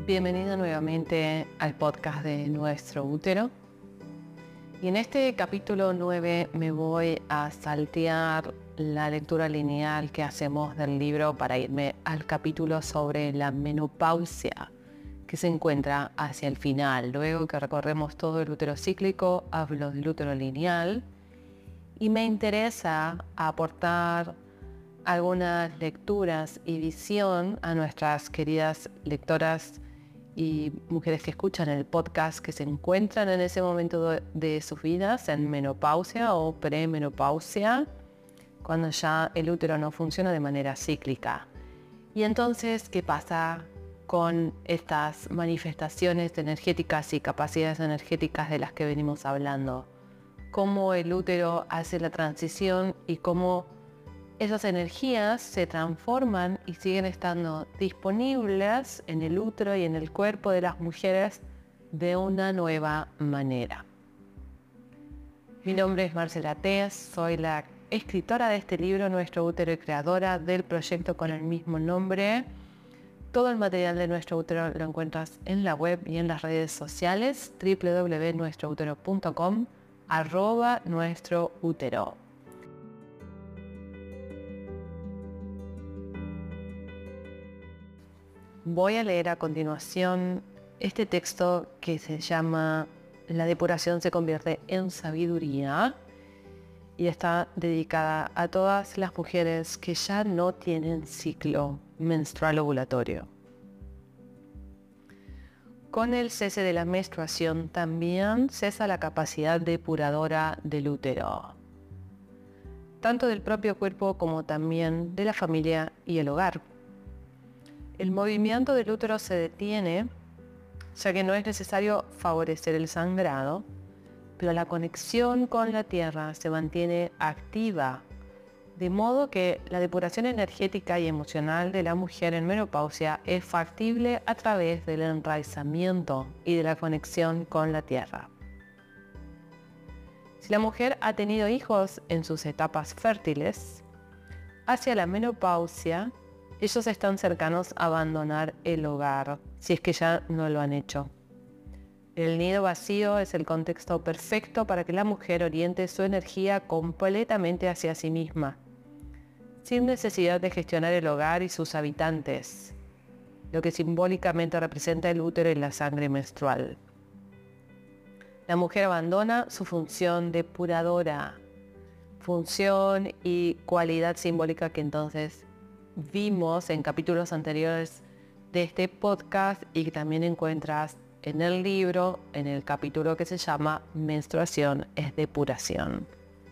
Bienvenida nuevamente al podcast de Nuestro Útero. Y en este capítulo 9 me voy a saltear la lectura lineal que hacemos del libro para irme al capítulo sobre la menopausia, que se encuentra hacia el final. Luego que recorremos todo el útero cíclico, hablo del útero lineal y me interesa aportar algunas lecturas y visión a nuestras queridas lectoras y mujeres que escuchan el podcast, que se encuentran en ese momento de sus vidas en menopausia o premenopausia, cuando ya el útero no funciona de manera cíclica. Y entonces, ¿qué pasa con estas manifestaciones energéticas y capacidades energéticas de las que venimos hablando? ¿Cómo el útero hace la transición y cómo esas energías se transforman y siguen estando disponibles en el útero y en el cuerpo de las mujeres de una nueva manera? Mi nombre es Marcela Tez, soy la escritora de este libro, Nuestro Útero, y creadora del proyecto con el mismo nombre. Todo el material de Nuestro Útero lo encuentras en la web y en las redes sociales, www.nuestroutero.com, @nuestroútero. Voy a leer a continuación este texto que se llama La depuración se convierte en sabiduría y está dedicada a todas las mujeres que ya no tienen ciclo menstrual ovulatorio. Con el cese de la menstruación también cesa la capacidad depuradora del útero, tanto del propio cuerpo como también de la familia y el hogar. El movimiento del útero se detiene, ya que no es necesario favorecer el sangrado, pero la conexión con la tierra se mantiene activa, de modo que la depuración energética y emocional de la mujer en menopausia es factible a través del enraizamiento y de la conexión con la tierra. Si la mujer ha tenido hijos en sus etapas fértiles, hacia la menopausia, ellos están cercanos a abandonar el hogar, si es que ya no lo han hecho. El nido vacío es el contexto perfecto para que la mujer oriente su energía completamente hacia sí misma, sin necesidad de gestionar el hogar y sus habitantes, lo que simbólicamente representa el útero y la sangre menstrual. La mujer abandona su función depuradora, función y cualidad simbólica que entonces vimos en capítulos anteriores de este podcast y que también encuentras en el libro, en el capítulo que se llama Menstruación es depuración.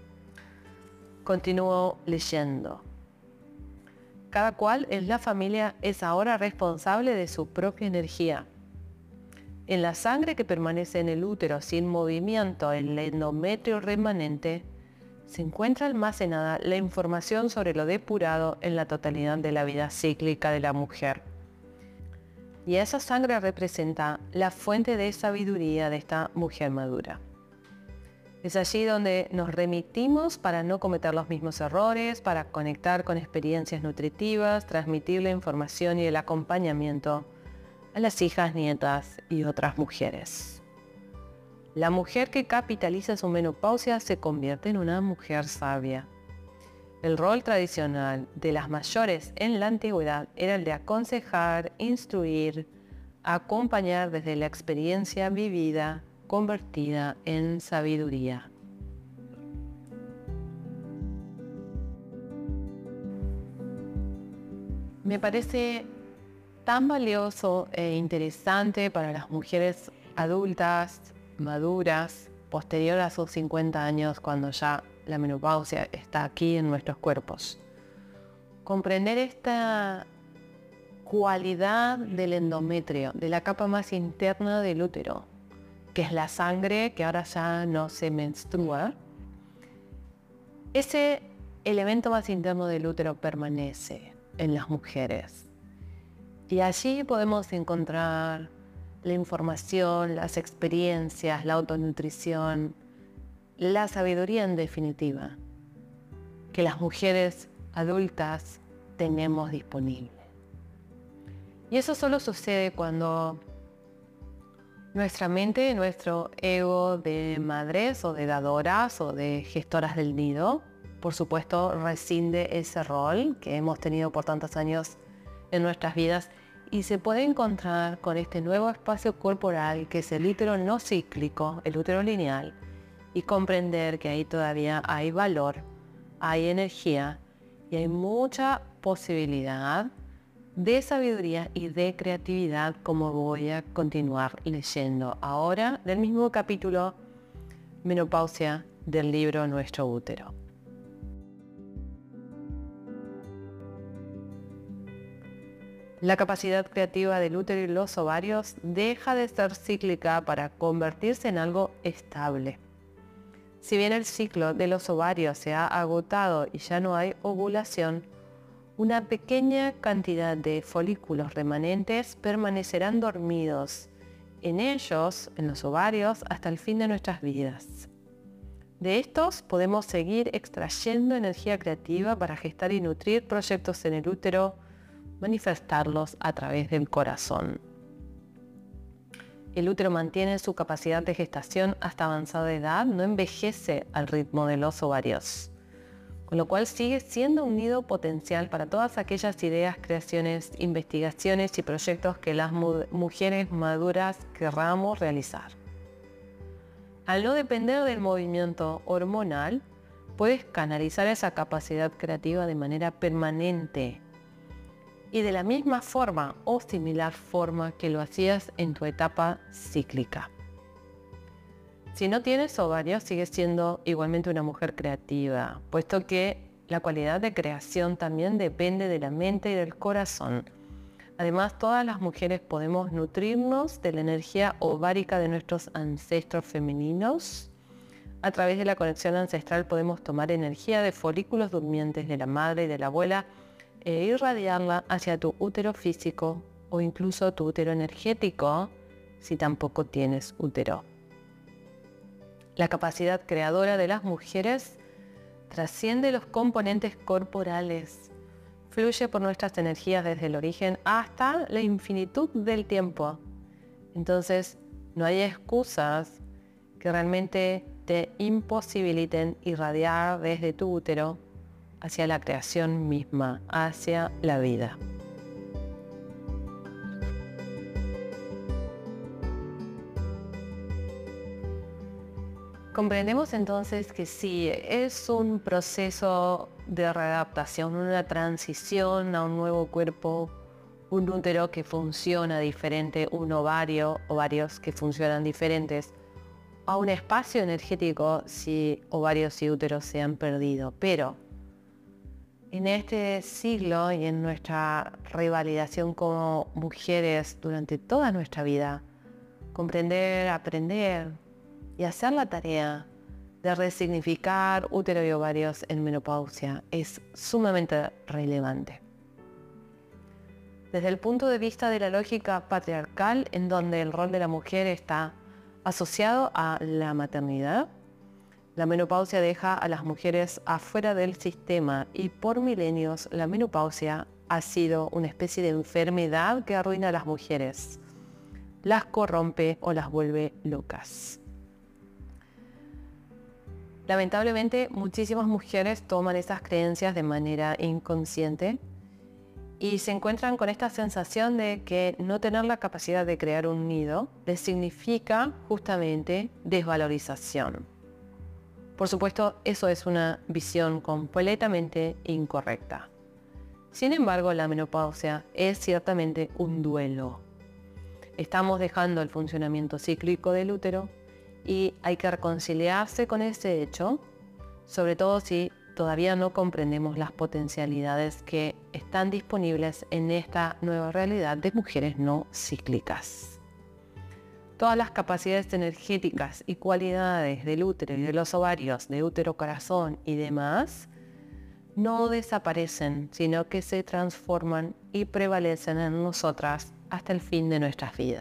Continúo leyendo. Cada cual en la familia es ahora responsable de su propia energía. En la sangre que permanece en el útero sin movimiento, en el endometrio remanente, se encuentra almacenada la información sobre lo depurado en la totalidad de la vida cíclica de la mujer. Y esa sangre representa la fuente de sabiduría de esta mujer madura. Es allí donde nos remitimos para no cometer los mismos errores, para conectar con experiencias nutritivas, transmitir la información y el acompañamiento a las hijas, nietas y otras mujeres. La mujer que capitaliza su menopausia se convierte en una mujer sabia. El rol tradicional de las mayores en la antigüedad era el de aconsejar, instruir, acompañar desde la experiencia vivida, convertida en sabiduría. Me parece tan valioso e interesante para las mujeres adultas, maduras, posterior a sus 50 años, cuando ya la menopausia está aquí en nuestros cuerpos. Comprender esta cualidad del endometrio, de la capa más interna del útero, que es la sangre que ahora ya no se menstrua. Ese elemento más interno del útero permanece en las mujeres. Y allí podemos encontrar la información, las experiencias, la autonutrición, la sabiduría en definitiva, que las mujeres adultas tenemos disponible. Y eso solo sucede cuando nuestra mente, nuestro ego de madres o de dadoras o de gestoras del nido, por supuesto, rescinde ese rol que hemos tenido por tantos años en nuestras vidas y se puede encontrar con este nuevo espacio corporal que es el útero no cíclico, el útero lineal, y comprender que ahí todavía hay valor, hay energía y hay mucha posibilidad de sabiduría y de creatividad, como voy a continuar leyendo ahora del mismo capítulo Menopausia del libro Nuestro Útero. La capacidad creativa del útero y los ovarios deja de ser cíclica para convertirse en algo estable. Si bien el ciclo de los ovarios se ha agotado y ya no hay ovulación, una pequeña cantidad de folículos remanentes permanecerán dormidos en ellos, en los ovarios, hasta el fin de nuestras vidas. De estos podemos seguir extrayendo energía creativa para gestar y nutrir proyectos en el útero, manifestarlos a través del corazón. El útero mantiene su capacidad de gestación hasta avanzada edad, no envejece al ritmo de los ovarios, con lo cual sigue siendo un nido potencial para todas aquellas ideas, creaciones, investigaciones y proyectos que las mujeres maduras querramos realizar. Al no depender del movimiento hormonal, puedes canalizar esa capacidad creativa de manera permanente y de la misma forma o similar forma que lo hacías en tu etapa cíclica. Si no tienes ovarios, sigues siendo igualmente una mujer creativa, puesto que la cualidad de creación también depende de la mente y del corazón. Además, todas las mujeres podemos nutrirnos de la energía ovárica de nuestros ancestros femeninos. A través de la conexión ancestral podemos tomar energía de folículos durmientes de la madre y de la abuela e irradiarla hacia tu útero físico o incluso tu útero energético si tampoco tienes útero. La capacidad creadora de las mujeres trasciende los componentes corporales, fluye por nuestras energías desde el origen hasta la infinitud del tiempo. Entonces, no hay excusas que realmente te imposibiliten irradiar desde tu útero hacia la creación misma, hacia la vida. Comprendemos entonces que sí, es un proceso de readaptación, una transición a un nuevo cuerpo, un útero que funciona diferente, un ovario, ovarios que funcionan diferentes, a un espacio energético si ovarios y úteros se han perdido. Pero en este siglo y en nuestra revalidación como mujeres durante toda nuestra vida, comprender, aprender y hacer la tarea de resignificar útero y ovarios en menopausia es sumamente relevante. Desde el punto de vista de la lógica patriarcal, en donde el rol de la mujer está asociado a la maternidad, la menopausia deja a las mujeres afuera del sistema y por milenios la menopausia ha sido una especie de enfermedad que arruina a las mujeres, las corrompe o las vuelve locas. Lamentablemente, muchísimas mujeres toman esas creencias de manera inconsciente y se encuentran con esta sensación de que no tener la capacidad de crear un nido les significa justamente desvalorización. Por supuesto, eso es una visión completamente incorrecta. Sin embargo, la menopausia es ciertamente un duelo. Estamos dejando el funcionamiento cíclico del útero y hay que reconciliarse con ese hecho, sobre todo si todavía no comprendemos las potencialidades que están disponibles en esta nueva realidad de mujeres no cíclicas. Todas las capacidades energéticas y cualidades del útero y de los ovarios, de útero, corazón y demás, no desaparecen, sino que se transforman y prevalecen en nosotras hasta el fin de nuestras vidas.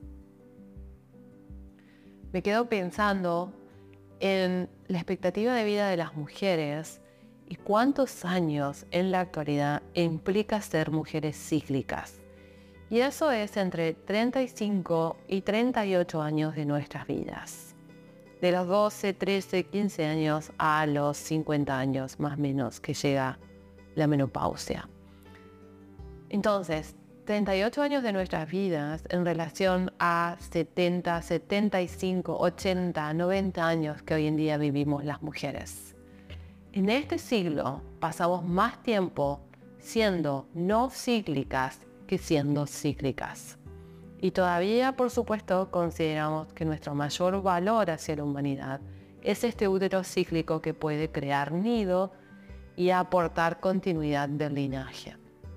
Me quedo pensando en la expectativa de vida de las mujeres y cuántos años en la actualidad implica ser mujeres cíclicas. Y eso es entre 35 y 38 años de nuestras vidas. De los 12, 13, 15 años a los 50 años más o menos que llega la menopausia. Entonces, 38 años de nuestras vidas en relación a 70, 75, 80, 90 años que hoy en día vivimos las mujeres. En este siglo pasamos más tiempo siendo no cíclicas que siendo cíclicas. Y todavía, por supuesto, consideramos que nuestro mayor valor hacia la humanidad es este útero cíclico que puede crear nido y aportar continuidad del linaje.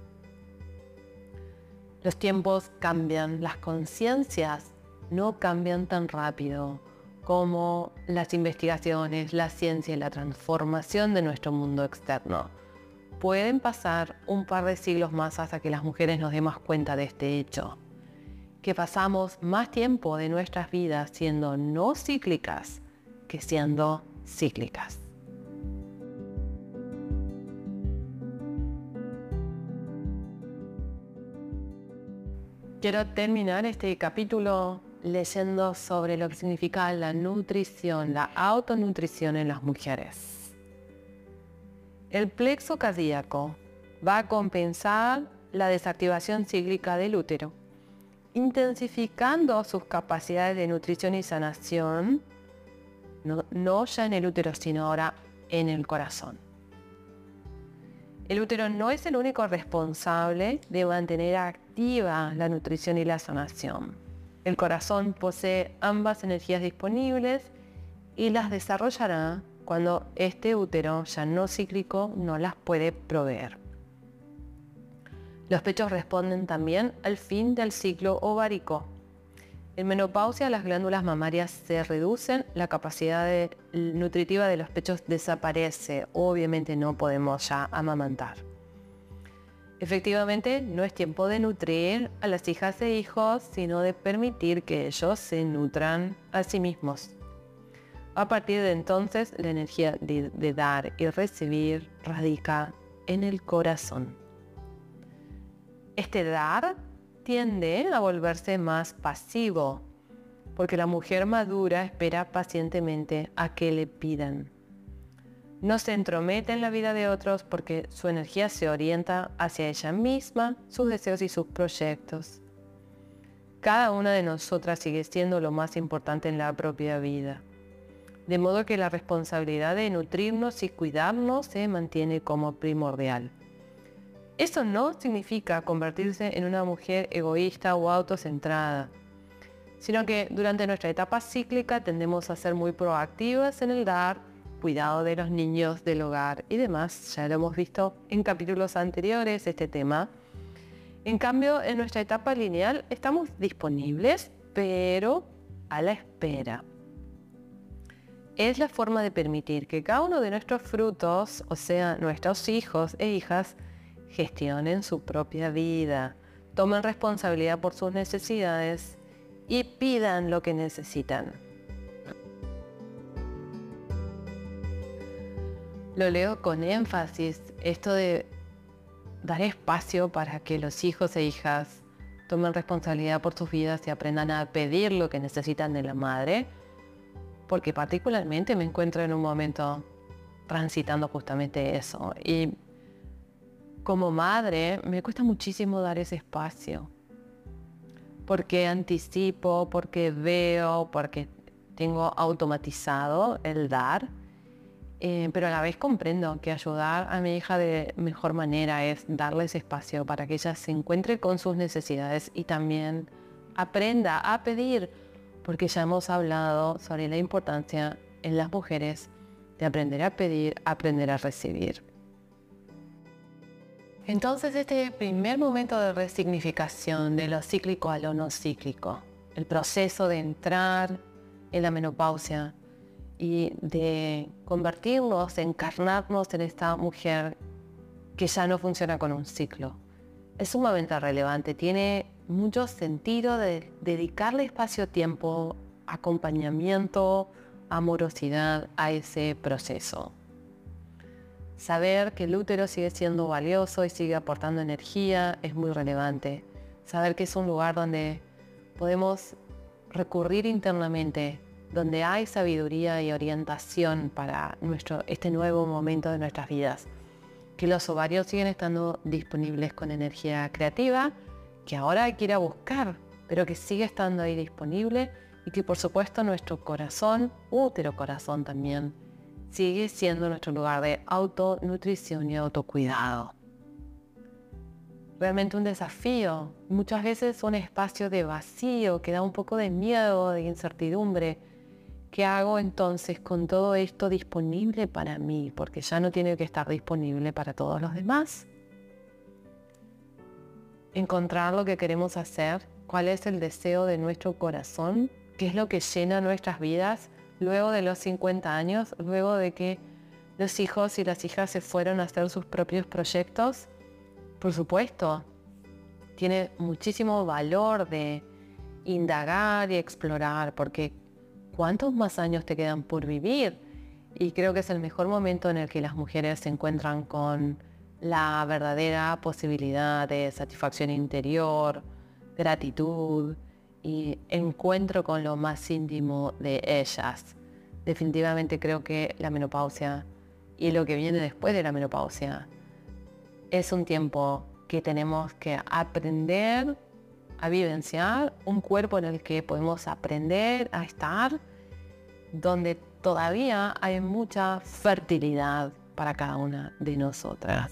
Los tiempos cambian, las conciencias no cambian tan rápido como las investigaciones, la ciencia y la transformación de nuestro mundo externo. Pueden pasar un par de siglos más hasta que las mujeres nos demos cuenta de este hecho, que pasamos más tiempo de nuestras vidas siendo no cíclicas que siendo cíclicas. Quiero terminar este capítulo leyendo sobre lo que significa la nutrición, la autonutrición en las mujeres. El plexo cardíaco va a compensar la desactivación cíclica del útero, intensificando sus capacidades de nutrición y sanación, no ya en el útero, sino ahora en el corazón. El útero no es el único responsable de mantener activa la nutrición y la sanación. El corazón posee ambas energías disponibles y las desarrollará cuando este útero ya no cíclico no las puede proveer. Los pechos responden también al fin del ciclo ovárico. En menopausia las glándulas mamarias se reducen, la capacidad nutritiva de los pechos desaparece. Obviamente no podemos ya amamantar. Efectivamente, no es tiempo de nutrir a las hijas e hijos, sino de permitir que ellos se nutran a sí mismos. A partir de entonces, la energía de dar y recibir radica en el corazón. Este dar tiende a volverse más pasivo, porque la mujer madura espera pacientemente a que le pidan. No se entromete en la vida de otros porque su energía se orienta hacia ella misma, sus deseos y sus proyectos. Cada una de nosotras sigue siendo lo más importante en la propia vida. De modo que la responsabilidad de nutrirnos y cuidarnos se mantiene como primordial. Eso no significa convertirse en una mujer egoísta o autocentrada, sino que durante nuestra etapa cíclica tendemos a ser muy proactivas en el dar, cuidado de los niños, del hogar y demás. Ya lo hemos visto en capítulos anteriores este tema. En cambio, en nuestra etapa lineal estamos disponibles, pero a la espera. Es la forma de permitir que cada uno de nuestros frutos, o sea, nuestros hijos e hijas, gestionen su propia vida, tomen responsabilidad por sus necesidades y pidan lo que necesitan. Lo leo con énfasis, esto de dar espacio para que los hijos e hijas tomen responsabilidad por sus vidas y aprendan a pedir lo que necesitan de la madre, porque particularmente me encuentro en un momento transitando justamente eso. Y como madre me cuesta muchísimo dar ese espacio, porque anticipo, porque veo, porque tengo automatizado el dar, pero a la vez comprendo que ayudar a mi hija de mejor manera es darle ese espacio para que ella se encuentre con sus necesidades y también aprenda a pedir, porque ya hemos hablado sobre la importancia en las mujeres de aprender a pedir, aprender a recibir. Entonces este primer momento de resignificación de lo cíclico a lo no cíclico, el proceso de entrar en la menopausia y de convertirnos, encarnarnos en esta mujer que ya no funciona con un ciclo, es sumamente relevante. Tiene mucho sentido de dedicarle espacio-tiempo, acompañamiento, amorosidad a ese proceso. Saber que el útero sigue siendo valioso y sigue aportando energía es muy relevante, Saber que es un lugar donde podemos recurrir internamente, donde hay sabiduría y orientación para este nuevo momento de nuestras vidas. Que los ovarios siguen estando disponibles con energía creativa, que ahora hay que ir a buscar, pero que sigue estando ahí disponible, y que por supuesto nuestro corazón, útero corazón también, sigue siendo nuestro lugar de autonutrición y autocuidado. Realmente un desafío, muchas veces un espacio de vacío que da un poco de miedo, de incertidumbre. ¿Qué hago entonces con todo esto disponible para mí? Porque ya no tiene que estar disponible para todos los demás. Encontrar lo que queremos hacer, cuál es el deseo de nuestro corazón, qué es lo que llena nuestras vidas luego de los 50 años, luego de que los hijos y las hijas se fueron a hacer sus propios proyectos. Por supuesto, tiene muchísimo valor de indagar y explorar, porque ¿cuántos más años te quedan por vivir? Y creo que es el mejor momento en el que las mujeres se encuentran con la verdadera posibilidad de satisfacción interior, gratitud y encuentro con lo más íntimo de ellas. Definitivamente creo que la menopausia y lo que viene después de la menopausia es un tiempo que tenemos que aprender a vivenciar, un cuerpo en el que podemos aprender a estar, donde todavía hay mucha fertilidad para cada una de nosotras.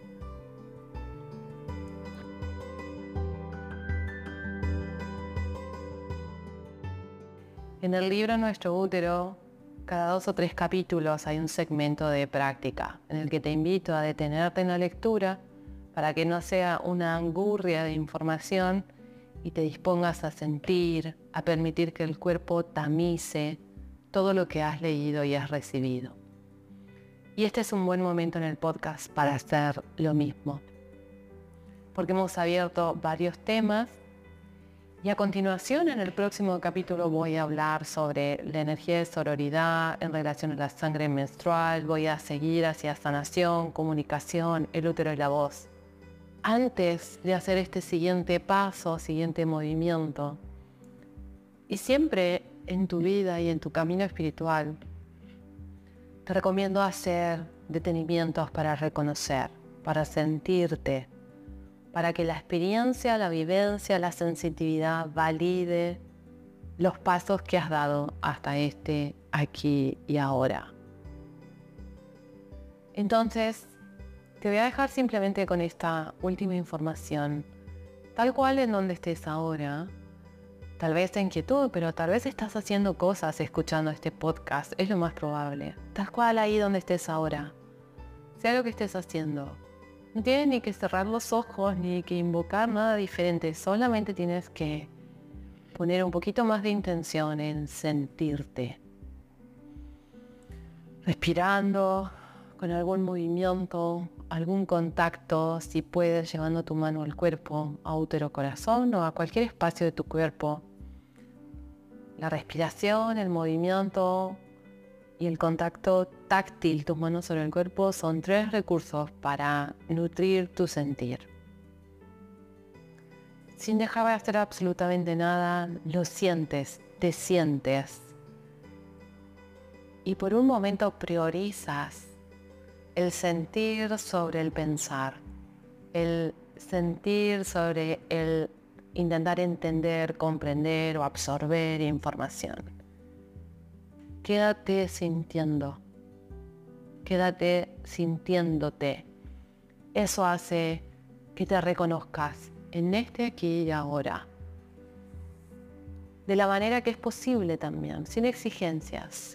En el libro Nuestro Útero, cada 2 o 3 capítulos hay un segmento de práctica en el que te invito a detenerte en la lectura para que no sea una angurria de información y te dispongas a sentir, a permitir que el cuerpo tamice todo lo que has leído y has recibido. Y este es un buen momento en el podcast para hacer lo mismo, porque hemos abierto varios temas y a continuación en el próximo capítulo voy a hablar sobre la energía de sororidad en relación a la sangre menstrual, voy a seguir hacia sanación, comunicación, el útero y la voz. Antes de hacer este siguiente paso, siguiente movimiento, y siempre en tu vida y en tu camino espiritual, te recomiendo hacer detenimientos para reconocer, para sentirte, para que la experiencia, la vivencia, la sensitividad valide los pasos que has dado hasta este aquí y ahora. Entonces, te voy a dejar simplemente con esta última información, tal cual en donde estés ahora. Tal vez te inquietud, pero tal vez estás haciendo cosas escuchando este podcast, es lo más probable. Tal cual ahí donde estés ahora, sea lo que estés haciendo. No tienes ni que cerrar los ojos ni que invocar nada diferente, solamente tienes que poner un poquito más de intención en sentirte. Respirando, con algún movimiento, algún contacto, si puedes, llevando tu mano al cuerpo, a útero, corazón o a cualquier espacio de tu cuerpo. La respiración, el movimiento y el contacto táctil, tus manos sobre el cuerpo, son 3 recursos para nutrir tu sentir. Sin dejar de hacer absolutamente nada, lo sientes, te sientes. Y por un momento priorizas el sentir sobre el pensar, el sentir sobre el intentar entender, comprender o absorber información. Quédate sintiendo, quédate sintiéndote. Eso hace que te reconozcas en este aquí y ahora. De la manera que es posible también, sin exigencias.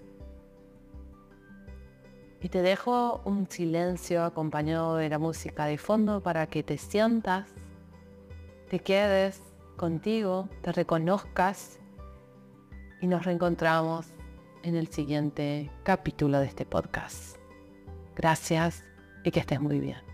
Y te dejo un silencio acompañado de la música de fondo para que te sientas, te quedes contigo, te reconozcas y nos reencontramos en el siguiente capítulo de este podcast. Gracias y que estés muy bien.